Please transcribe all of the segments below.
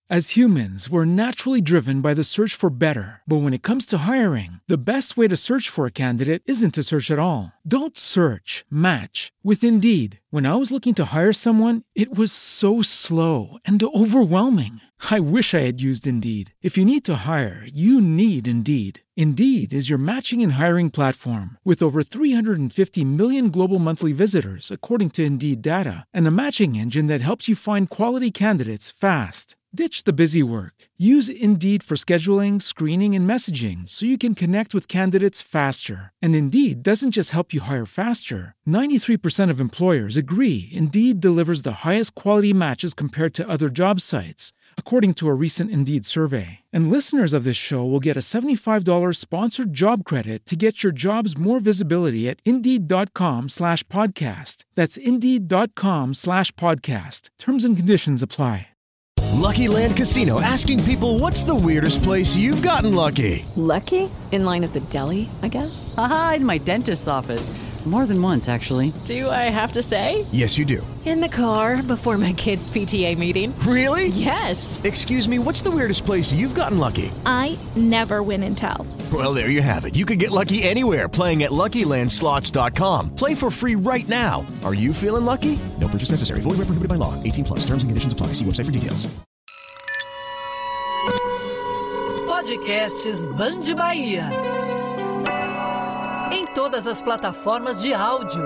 As humans, we're naturally driven by the search for better. But when it comes to hiring, the best way to search for a candidate isn't to search at all. Don't search, match with Indeed. When I was looking to hire someone, it was so slow and overwhelming. I wish I had used Indeed. If you need to hire, you need Indeed. Indeed is your matching and hiring platform with over 350 million global monthly visitors, according to Indeed data, and a matching engine that helps you find quality candidates fast. Ditch the busy work. Use Indeed for scheduling, screening, and messaging so you can connect with candidates faster. And Indeed doesn't just help you hire faster. 93% of employers agree Indeed delivers the highest quality matches compared to other job sites, according to a recent Indeed survey. And listeners of this show will get a $75 sponsored job credit to get your jobs more visibility at Indeed.com/podcast. That's Indeed.com/podcast. Terms and conditions apply. Lucky Land Casino, asking people, what's the weirdest place you've gotten lucky? Lucky? In line at the deli, I guess? Aha, in my dentist's office. More than once, actually. Do I have to say? Yes, you do. In the car before my kids' PTA meeting. Really? Yes. Excuse me, what's the weirdest place you've gotten lucky? I never win and tell. Well, there you have it. You can get lucky anywhere, playing at LuckyLandSlots.com. Play for free right now. Are you feeling lucky? No purchase necessary. Void where prohibited by law. 18+. Terms and conditions apply. See website for details. Podcasts Band Bahia. Em todas as plataformas de áudio.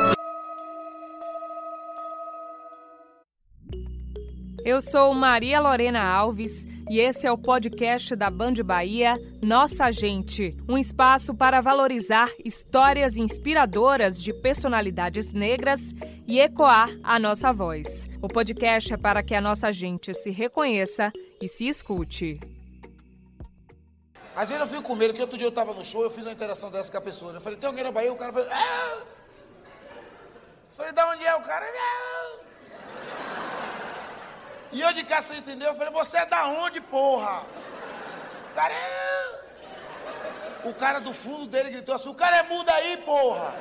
Eu sou Maria Lorena Alves e esse é o podcast da Band Bahia, Nossa Gente, um espaço para valorizar histórias inspiradoras de personalidades negras e ecoar a nossa voz. O podcast é para que a nossa gente se reconheça e se escute. Às vezes eu fico com medo, que outro dia eu tava no show, eu fiz uma interação dessa com a pessoa. Eu falei, tem alguém na Bahia? O cara falou, ah! Eu falei, da onde é? O cara, ah! E eu de cá, você entendeu? Eu falei, você é da onde, porra? O cara, ah! O cara do fundo dele gritou assim, o cara é mudo aí, porra!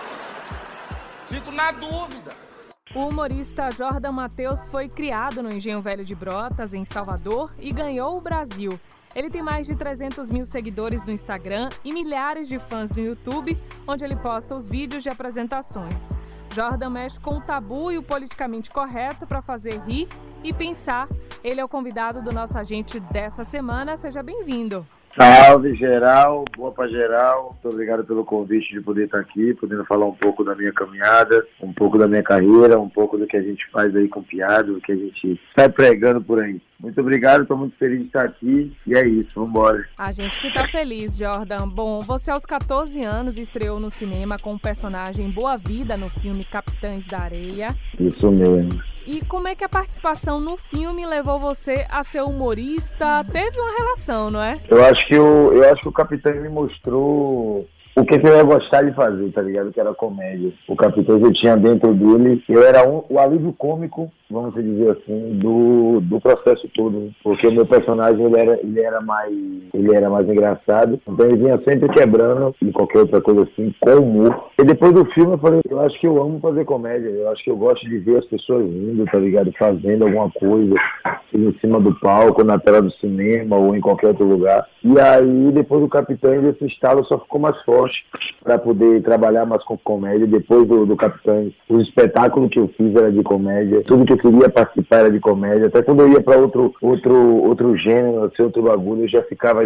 Fico na dúvida. O humorista Jordan Matheus foi criado no Engenho Velho de Brotas, em Salvador, e ganhou o Brasil. Ele tem mais de 300 mil seguidores no Instagram e milhares de fãs no YouTube, onde ele posta os vídeos de apresentações. Jordan mexe com o tabu e o politicamente correto para fazer rir e pensar. Ele é o convidado do Nossa Gente dessa semana. Seja bem-vindo. Salve, geral. Boa pra geral. Muito obrigado pelo convite de poder estar aqui, podendo falar um pouco da minha caminhada, um pouco da minha carreira, um pouco do que a gente faz aí com piada, do que a gente sai pregando por aí. Muito obrigado, estou muito feliz de estar aqui e é isso, vamos embora. A gente que tá feliz, Jordan. Bom, você aos 14 anos estreou no cinema com o personagem Boa Vida no filme Capitães da Areia. Isso mesmo. E como é que a participação no filme levou você a ser humorista? Teve uma relação, não é? Eu acho que o Capitão me mostrou o que eu ia gostar de fazer, tá ligado? Que era comédia. O Capitão eu tinha dentro dele, eu era o alívio cômico, vamos dizer assim, do processo todo, porque o meu personagem ele era mais engraçado, então ele vinha sempre quebrando e qualquer outra coisa assim, com humor. E depois do filme eu falei, eu acho que eu amo fazer comédia, eu acho que eu gosto de ver as pessoas rindo, tá ligado? Fazendo alguma coisa, em cima do palco, na tela do cinema ou em qualquer outro lugar. E aí depois do Capitão esse estalo só ficou mais forte para poder trabalhar mais com comédia. Depois do Capitão, o espetáculo que eu fiz era de comédia, tudo que eu queria participar era de comédia, até quando eu ia para outro gênero, assim, outro bagulho, eu já ficava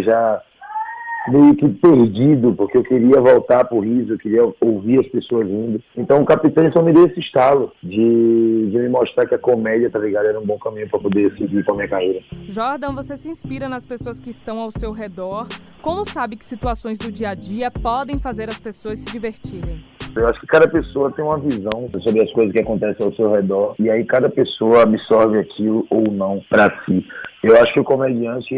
meio que perdido, porque eu queria voltar pro riso, eu queria ouvir as pessoas rindo. Então o Capitão só me deu esse estalo de me mostrar que a comédia, tá ligado, era um bom caminho para poder seguir com a minha carreira. Jordan, você se inspira nas pessoas que estão ao seu redor. Como sabe que situações do dia a dia podem fazer as pessoas se divertirem? Eu acho que cada pessoa tem uma visão sobre as coisas que acontecem ao seu redor e aí cada pessoa absorve aquilo ou não para si. Eu acho que o comediante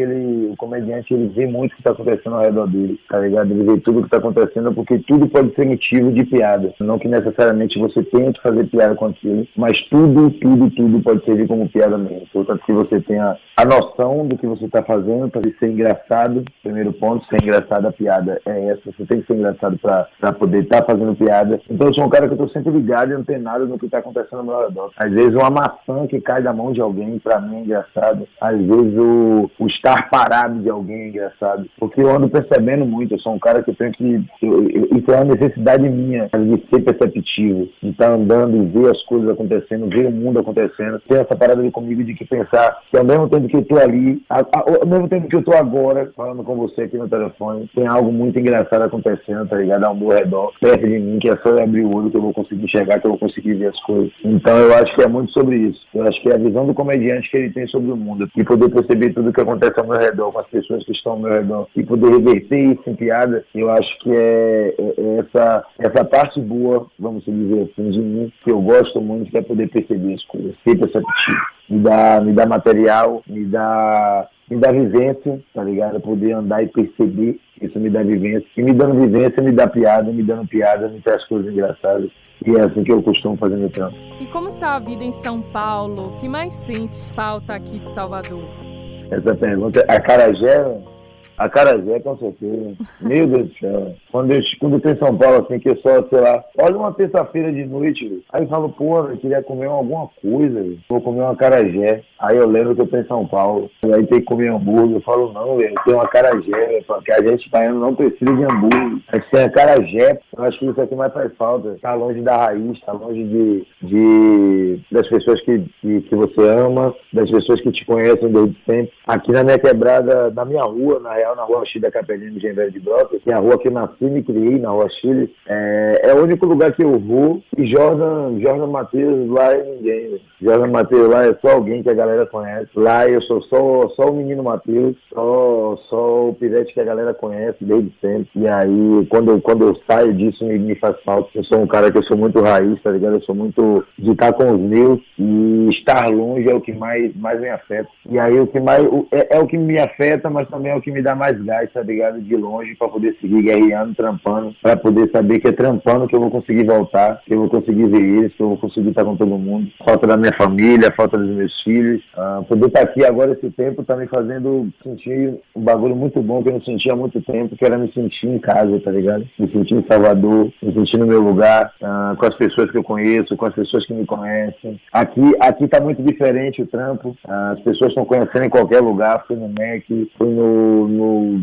ele vê muito o que está acontecendo ao redor dele, tá ligado? Ele vê tudo o que está acontecendo porque tudo pode ser motivo de piada. Não que necessariamente você tenha que fazer piada com aquilo, mas tudo pode servir como piada mesmo. Portanto, que você tenha a noção do que você está fazendo para ser engraçado. Primeiro ponto, ser engraçado, a piada é essa. Você tem que ser engraçado para poder estar fazendo piada. Então eu sou um cara que eu estou sempre ligado e antenado no que está acontecendo ao meu redor. Às vezes uma maçã que cai da mão de alguém, para mim é engraçado. Às vezes o estar parado de alguém é engraçado. Porque eu ando percebendo muito. Eu sou um cara que eu tenho que... Isso é uma necessidade minha de ser perceptivo, de estar andando e ver as coisas acontecendo, ver o mundo acontecendo. Tem essa parada ali comigo de que pensar que ao mesmo tempo que eu tô ali, ao mesmo tempo que eu tô agora falando com você aqui no telefone, tem algo muito engraçado acontecendo, tá ligado? Ao meu redor, perto de mim, que é só eu abrir o olho que eu vou conseguir enxergar, que eu vou conseguir ver as coisas. Então eu acho que é muito sobre isso. Eu acho que é a visão do comediante que ele tem sobre o mundo, e poder perceber tudo o que acontece ao meu redor, com as pessoas que estão ao meu redor, e poder reverter isso em piada. Eu acho que é essa parte boa, vamos dizer assim, de mim, que eu gosto muito, que é poder perceber as coisas, ser perceptivo. Me dá material, me dá vivência, tá ligado? Poder andar e perceber, isso me dá vivência. E me dando vivência, me dá piada, me dando piada, me traz coisas engraçadas. E é assim que eu costumo fazer meu trampo. E como está a vida em São Paulo? O que mais sente falta aqui de Salvador? Essa pergunta, acarajé, com certeza. Meu Deus do céu. Quando eu tô em São Paulo, assim, que eu só, sei lá, olha uma terça-feira de noite, véio. Aí eu falo, pô, eu queria comer alguma coisa, véio. Vou comer um acarajé. Aí eu lembro que eu tô em São Paulo. E aí tem que comer hambúrguer. Eu falo, não, velho, tem um acarajé, velho, porque a gente baiano não precisa de hambúrguer. Mas tem acarajé, eu acho que isso é o que mais faz falta. Tá longe da raiz, tá longe das pessoas que você ama, das pessoas que te conhecem desde sempre. Aqui na minha quebrada, na minha rua, na rua Chile da Capelinha, no Engenho Velho de Brotas, que é a rua que eu nasci e me criei, na rua Chile, é o único lugar que eu vou, e Jordan Matheus lá é ninguém, né? Jordan Matheus lá é só alguém que a galera conhece, lá eu sou só o menino Matheus, só o pivete que a galera conhece desde sempre, e aí quando eu saio disso me faz falta. Eu sou um cara que eu sou muito raiz, tá ligado? Eu sou muito de estar com os meus, e estar longe é o que mais me afeta, e aí o que mais é o que me afeta, mas também é o que me dá mais gás, tá ligado? De longe, pra poder seguir guerreando, trampando, pra poder saber que é trampando que eu vou conseguir voltar, que eu vou conseguir ver eles, que eu vou conseguir estar com todo mundo. Falta da minha família, falta dos meus filhos. Poder estar aqui agora esse tempo tá me fazendo sentir um bagulho muito bom que eu não sentia há muito tempo, que era me sentir em casa, tá ligado? Me sentir em Salvador, me sentir no meu lugar, com as pessoas que eu conheço, com as pessoas que me conhecem. Aqui tá muito diferente o trampo, as pessoas estão conhecendo em qualquer lugar. Fui no MEC, fui no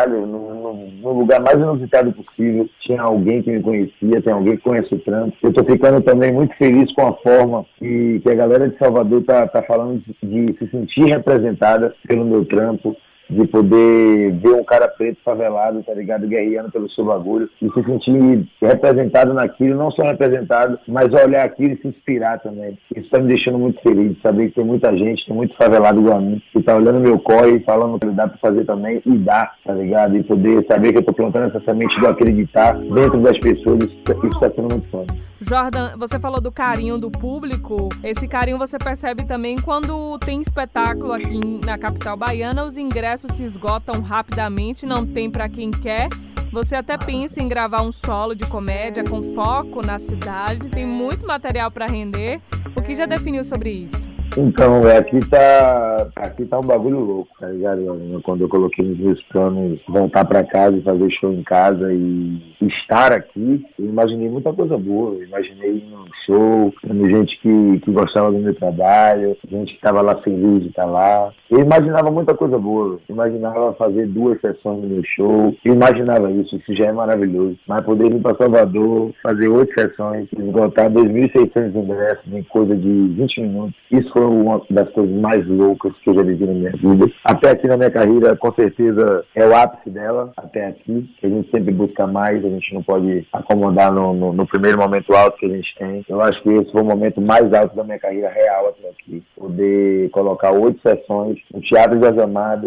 lugar mais inusitado possível. Tinha alguém que me conhecia, tem alguém que conhece o trampo. Eu tô ficando também muito feliz com a forma que a galera de Salvador tá falando de se sentir representada pelo meu trampo, de poder ver um cara preto favelado, tá ligado, guerreando pelo seu bagulho, e se sentir representado naquilo, não só representado, mas olhar aquilo e se inspirar também. Isso tá me deixando muito feliz, de saber que tem muita gente, tem muito favelado igual a mim, que tá olhando meu corre, falando que dá pra fazer também, e dá, tá ligado, e poder saber que eu tô plantando essa semente do acreditar dentro das pessoas, isso tá sendo muito foda. Jordan, você falou do carinho do público. Esse carinho você percebe também quando tem espetáculo aqui na capital baiana, os ingressos se esgotam rapidamente, não tem para quem quer. Você até pensa em gravar um solo de comédia com foco na cidade, tem muito material para render. O que já definiu sobre isso? Então, aqui tá um bagulho louco, tá ligado? Quando eu coloquei nos meus planos voltar pra casa e fazer show em casa e estar aqui, eu imaginei muita coisa boa. Eu imaginei ir num show, tendo gente que gostava do meu trabalho, gente que tava lá feliz de estar lá. Eu imaginava muita coisa boa. Eu imaginava fazer 2 sessões no meu show. Eu imaginava isso já é maravilhoso. Mas poder ir pra Salvador, fazer 8 sessões, esgotar 2.600 ingressos em coisa de 20 minutos, isso foi uma das coisas mais loucas que eu já vivi na minha vida. Até aqui na minha carreira, com certeza, é o ápice dela, até aqui. A gente sempre busca mais, a gente não pode acomodar no primeiro momento alto que a gente tem. Eu acho que esse foi o momento mais alto da minha carreira real até aqui. Poder colocar 8 sessões no Teatro de Azamado,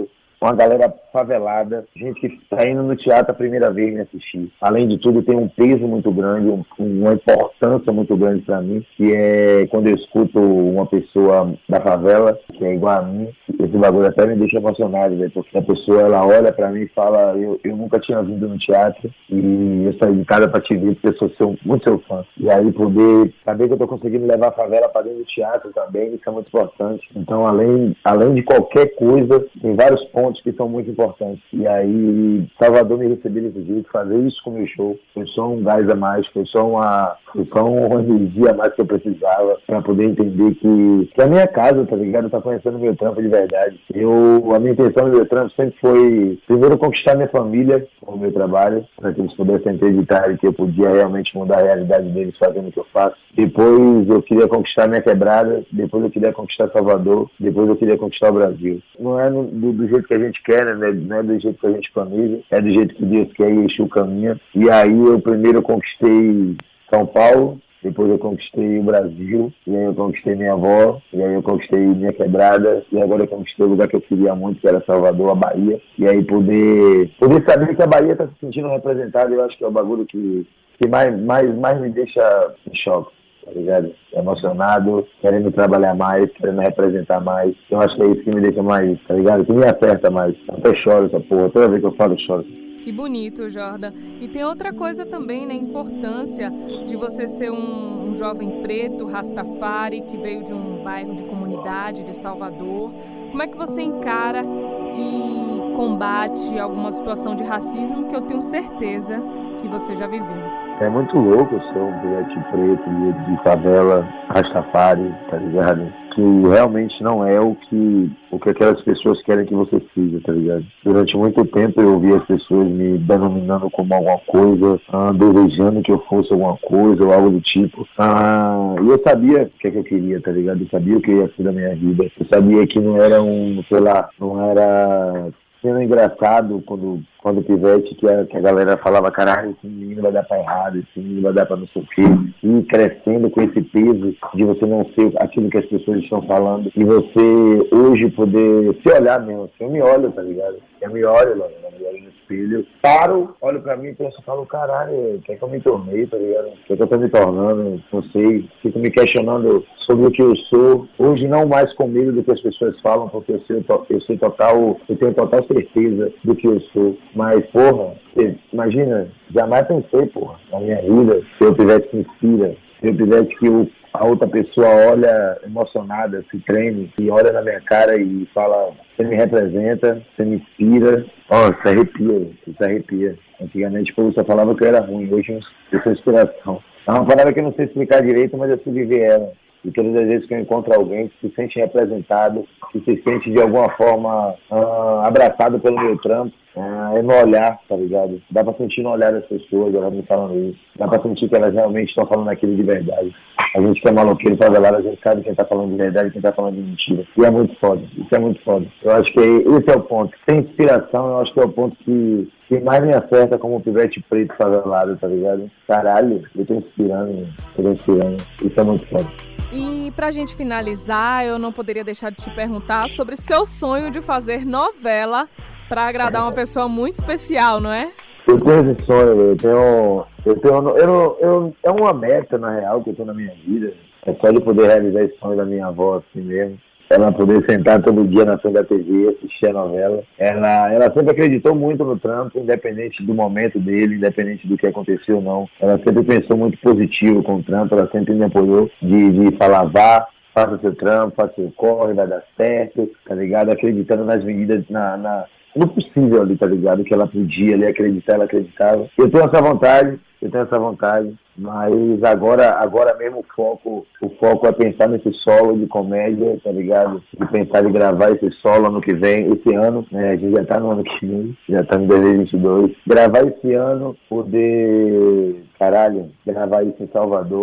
uma galera favelada, gente que está indo no teatro a primeira vez me assistir. Além de tudo, tem um peso muito grande, uma importância muito grande para mim, que é quando eu escuto uma pessoa da favela, que é igual a mim, esse bagulho até me deixa emocionado, velho, porque a pessoa, ela olha para mim e fala, eu nunca tinha vindo no teatro e eu saí de casa para te ver, porque eu sou muito seu fã. E aí poder saber que eu tô conseguindo levar a favela para dentro do teatro também, isso é muito importante. Então, além de qualquer coisa, tem vários pontos que são muito importantes. E aí, Salvador me recebeu desse jeito, fazer isso com o meu show, foi só um gás a mais, foi só uma energia a mais que eu precisava para poder entender que a minha casa, tá ligado? Tá conhecendo o meu trampo de verdade. A minha intenção do meu trampo sempre foi, primeiro, conquistar minha família com o meu trabalho, para que eles pudessem acreditar que eu podia realmente mudar a realidade deles fazendo o que eu faço. Depois eu queria conquistar minha quebrada, depois eu queria conquistar Salvador, depois eu queria conquistar o Brasil. Não é do jeito que a gente quer, né? Não é do jeito que a gente planeja, é do jeito que Deus quer e Exu caminha. E aí eu primeiro conquistei São Paulo, depois eu conquistei o Brasil, e aí eu conquistei minha avó, e aí eu conquistei minha quebrada, e agora eu conquistei o lugar que eu queria muito, que era Salvador, a Bahia. E aí poder saber que a Bahia está se sentindo representada, eu acho que é o bagulho que mais me deixa em choque, tá ligado? Emocionado, querendo trabalhar mais, querendo representar mais. Eu acho que é isso que me deixa mais, tá ligado? Que me aperta mais. Até choro essa porra, toda vez que eu falo, eu choro. Que bonito, Jordan. E tem outra coisa também, né? A importância de você ser um jovem preto, Rastafari, que veio de um bairro de comunidade de Salvador. Como é que você encara e combate alguma situação de racismo que eu tenho certeza que você já viveu? É muito louco, eu sou um pivete preto de favela, Rastafari, tá ligado? Que realmente não é o que aquelas pessoas querem que você seja, tá ligado? Durante muito tempo eu ouvi as pessoas me denominando como alguma coisa, desejando que eu fosse alguma coisa ou algo do tipo. E eu sabia o que é que eu queria, tá ligado? Eu sabia o que ia ser da minha vida. Eu sabia que não era não era sendo engraçado quando pivete, que a galera falava, caralho, esse menino vai dar pra errado, esse menino vai dar pra não sei o quê, e crescendo com esse peso de você não ser aquilo que as pessoas estão falando, e você hoje poder se olhar mesmo, assim, eu me olho, tá ligado? Eu me olho lá, me olho no espelho, paro, olho pra mim e penso, falo, caralho, o que é que eu me tornei, tá ligado? O que é que eu tô me tornando, não sei, fico me questionando sobre o que eu sou, hoje não mais com medo do que as pessoas falam, porque eu tenho total certeza do que eu sou. Mas, porra, imagina, jamais pensei, porra, na minha vida, se eu tivesse que inspira, se eu tivesse que a outra pessoa olha emocionada, se treme, e olha na minha cara e fala, você me representa, você me inspira. Isso arrepia. Antigamente, pô, eu só falava que eu era ruim, hoje eu sou inspiração. É uma palavra que eu não sei explicar direito, mas eu sei viver ela. E todas as vezes que eu encontro alguém que se sente representado, que se sente de alguma forma abraçado pelo meu trampo, é no olhar, tá ligado? Dá pra sentir no olhar das pessoas, elas me falando isso. Dá pra sentir que elas realmente estão falando aquilo de verdade. A gente que é maloqueiro, favelado, a gente sabe quem tá falando de verdade e quem tá falando de mentira. E é muito foda, isso é muito foda. Eu acho que esse é o ponto. Sem inspiração, eu acho que é o ponto que mais me acerta como pivete preto favelado, tá ligado? Caralho, eu tô inspirando. Isso é muito foda. E pra gente finalizar, eu não poderia deixar de te perguntar sobre o seu sonho de fazer novela pra agradar uma pessoa muito especial, não é? Eu tenho esse sonho, é uma meta, na real, que eu tô na minha vida. É só de poder realizar esse sonho da minha avó, assim mesmo. Ela poder sentar todo dia na frente da TV, assistir a novela. Ela sempre acreditou muito no trampo, independente do momento dele, independente do que aconteceu ou não. Ela sempre pensou muito positivo com o trampo, ela sempre me apoiou de falar, vá, faça seu trampo, faça seu corre, vai dar certo, tá ligado? Acreditando nas medidas, no possível ali, tá ligado? Que ela podia ali acreditar, ela acreditava. Eu tenho essa vontade, mas agora mesmo o foco é pensar nesse solo de comédia, tá ligado? E pensar em gravar esse solo ano que vem, esse ano, né? A gente já tá no ano que vem, já tá em 2022. Gravar esse ano, poder, gravar isso em Salvador,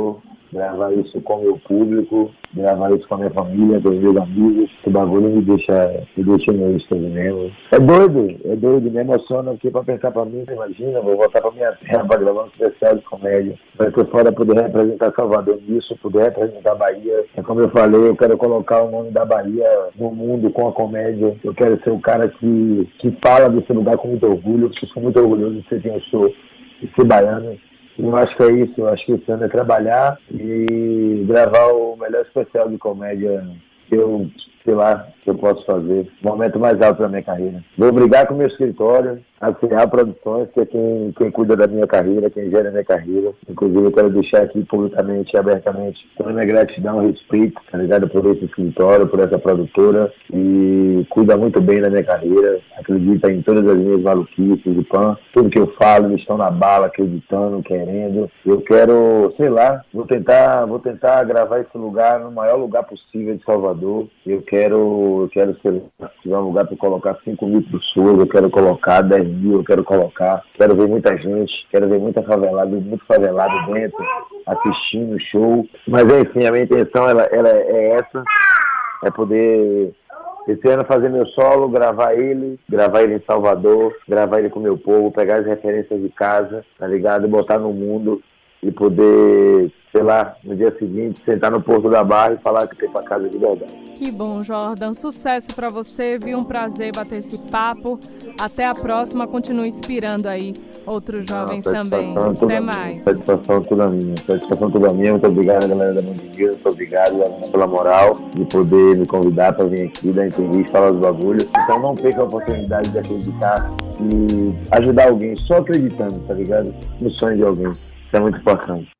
gravar isso com o meu público, gravar isso com a minha família, com os meus amigos. Esse bagulho me deixa no êxtase mesmo. É doido, me emociona, porque pra pensar pra mim, imagina, vou voltar pra minha terra pra gravar um especial de comédia. Vai ser fora poder representar Salvador nisso, poder representar a Bahia. É como eu falei, eu quero colocar o nome da Bahia no mundo com a comédia. Eu quero ser o cara que fala desse lugar com muito orgulho, porque sou muito orgulhoso de ser quem eu sou, de ser baiano. E eu acho que é isso, eu acho que esse ano é trabalhar e gravar o melhor especial de comédia que eu posso fazer. O momento mais alto da minha carreira. Vou brigar com o meu escritório, a CA Produções, que é quem cuida da minha carreira, quem gera a minha carreira. Inclusive, eu quero deixar aqui publicamente e abertamente toda a minha gratidão e respeito, tá ligado? Por esse escritório, por essa produtora, e cuida muito bem da minha carreira, acredita em todas as minhas maluquices e pan. Tudo que eu falo, eles estão na bala, acreditando, querendo. Eu quero, vou tentar gravar esse lugar no maior lugar possível de Salvador. Eu quero ser um lugar para colocar 5 mil pessoas, eu quero colocar 10 mil, quero ver muita gente, quero ver muito favelado dentro, assistindo o show. Mas enfim, a minha intenção ela é essa, é poder esse ano fazer meu solo, gravar ele em Salvador, gravar ele com o meu povo, pegar as referências de casa, tá ligado? E botar no mundo e poder, no dia seguinte, sentar no Porto da Barra e falar que tem pra casa de verdade. Que bom, Jordan. Sucesso pra você, viu? Um prazer bater esse papo. Até a próxima. Continue inspirando aí outros jovens também. Até mais. Satisfação toda minha. Muito obrigado, galera da Mundo News. Muito obrigado, Ana, pela moral de poder me convidar pra vir aqui, dar entrevista, falar dos bagulhos. Então não perca a oportunidade de acreditar e ajudar alguém, só acreditando, tá ligado? No sonho de alguém. Isso é muito importante.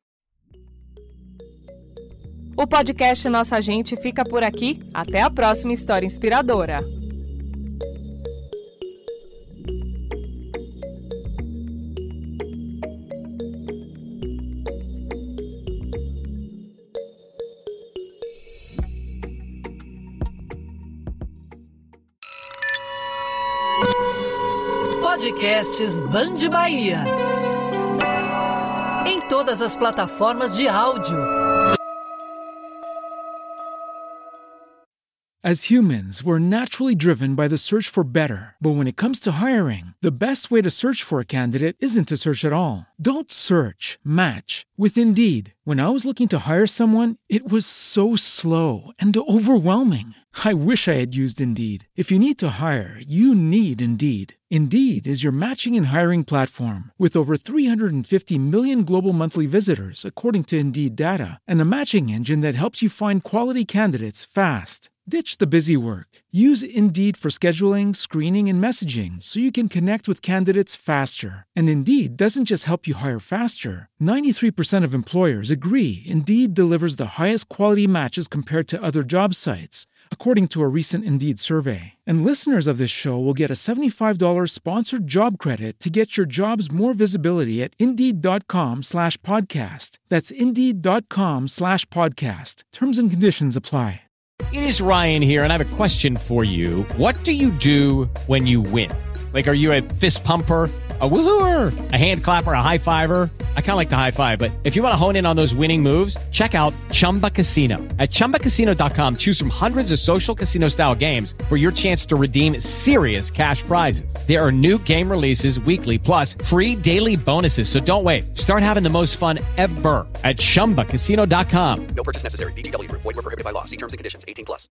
O podcast Nossa Gente fica por aqui. Até a próxima história inspiradora. Podcasts Band Bahia. Em todas as plataformas de áudio. As humans, we're naturally driven by the search for better. But when it comes to hiring, the best way to search for a candidate isn't to search at all. Don't search, match with Indeed. When I was looking to hire someone, it was so slow and overwhelming. I wish I had used Indeed. If you need to hire, you need Indeed. Indeed is your matching and hiring platform with over 350 million global monthly visitors, according to Indeed data, and a matching engine that helps you find quality candidates fast. Ditch the busy work. Use Indeed for scheduling, screening, and messaging so you can connect with candidates faster. And Indeed doesn't just help you hire faster. 93% of employers agree Indeed delivers the highest quality matches compared to other job sites, according to a recent Indeed survey. And listeners of this show will get a $75 sponsored job credit to get your jobs more visibility at Indeed.com/podcast. That's Indeed.com/podcast. Terms and conditions apply. It is Ryan here, and I have a question for you. What do you do when you win? Like, are you a fist pumper, a woo-hooer, a hand clapper, a high fiver? I kind of like the high five, but if you want to hone in on those winning moves, check out Chumba Casino. At ChumbaCasino.com, choose from hundreds of social casino-style games for your chance to redeem serious cash prizes. There are new game releases weekly, plus free daily bonuses, so don't wait. Start having the most fun ever at ChumbaCasino.com. No purchase necessary. VGW Group. Void where prohibited by law. See terms and conditions. 18+.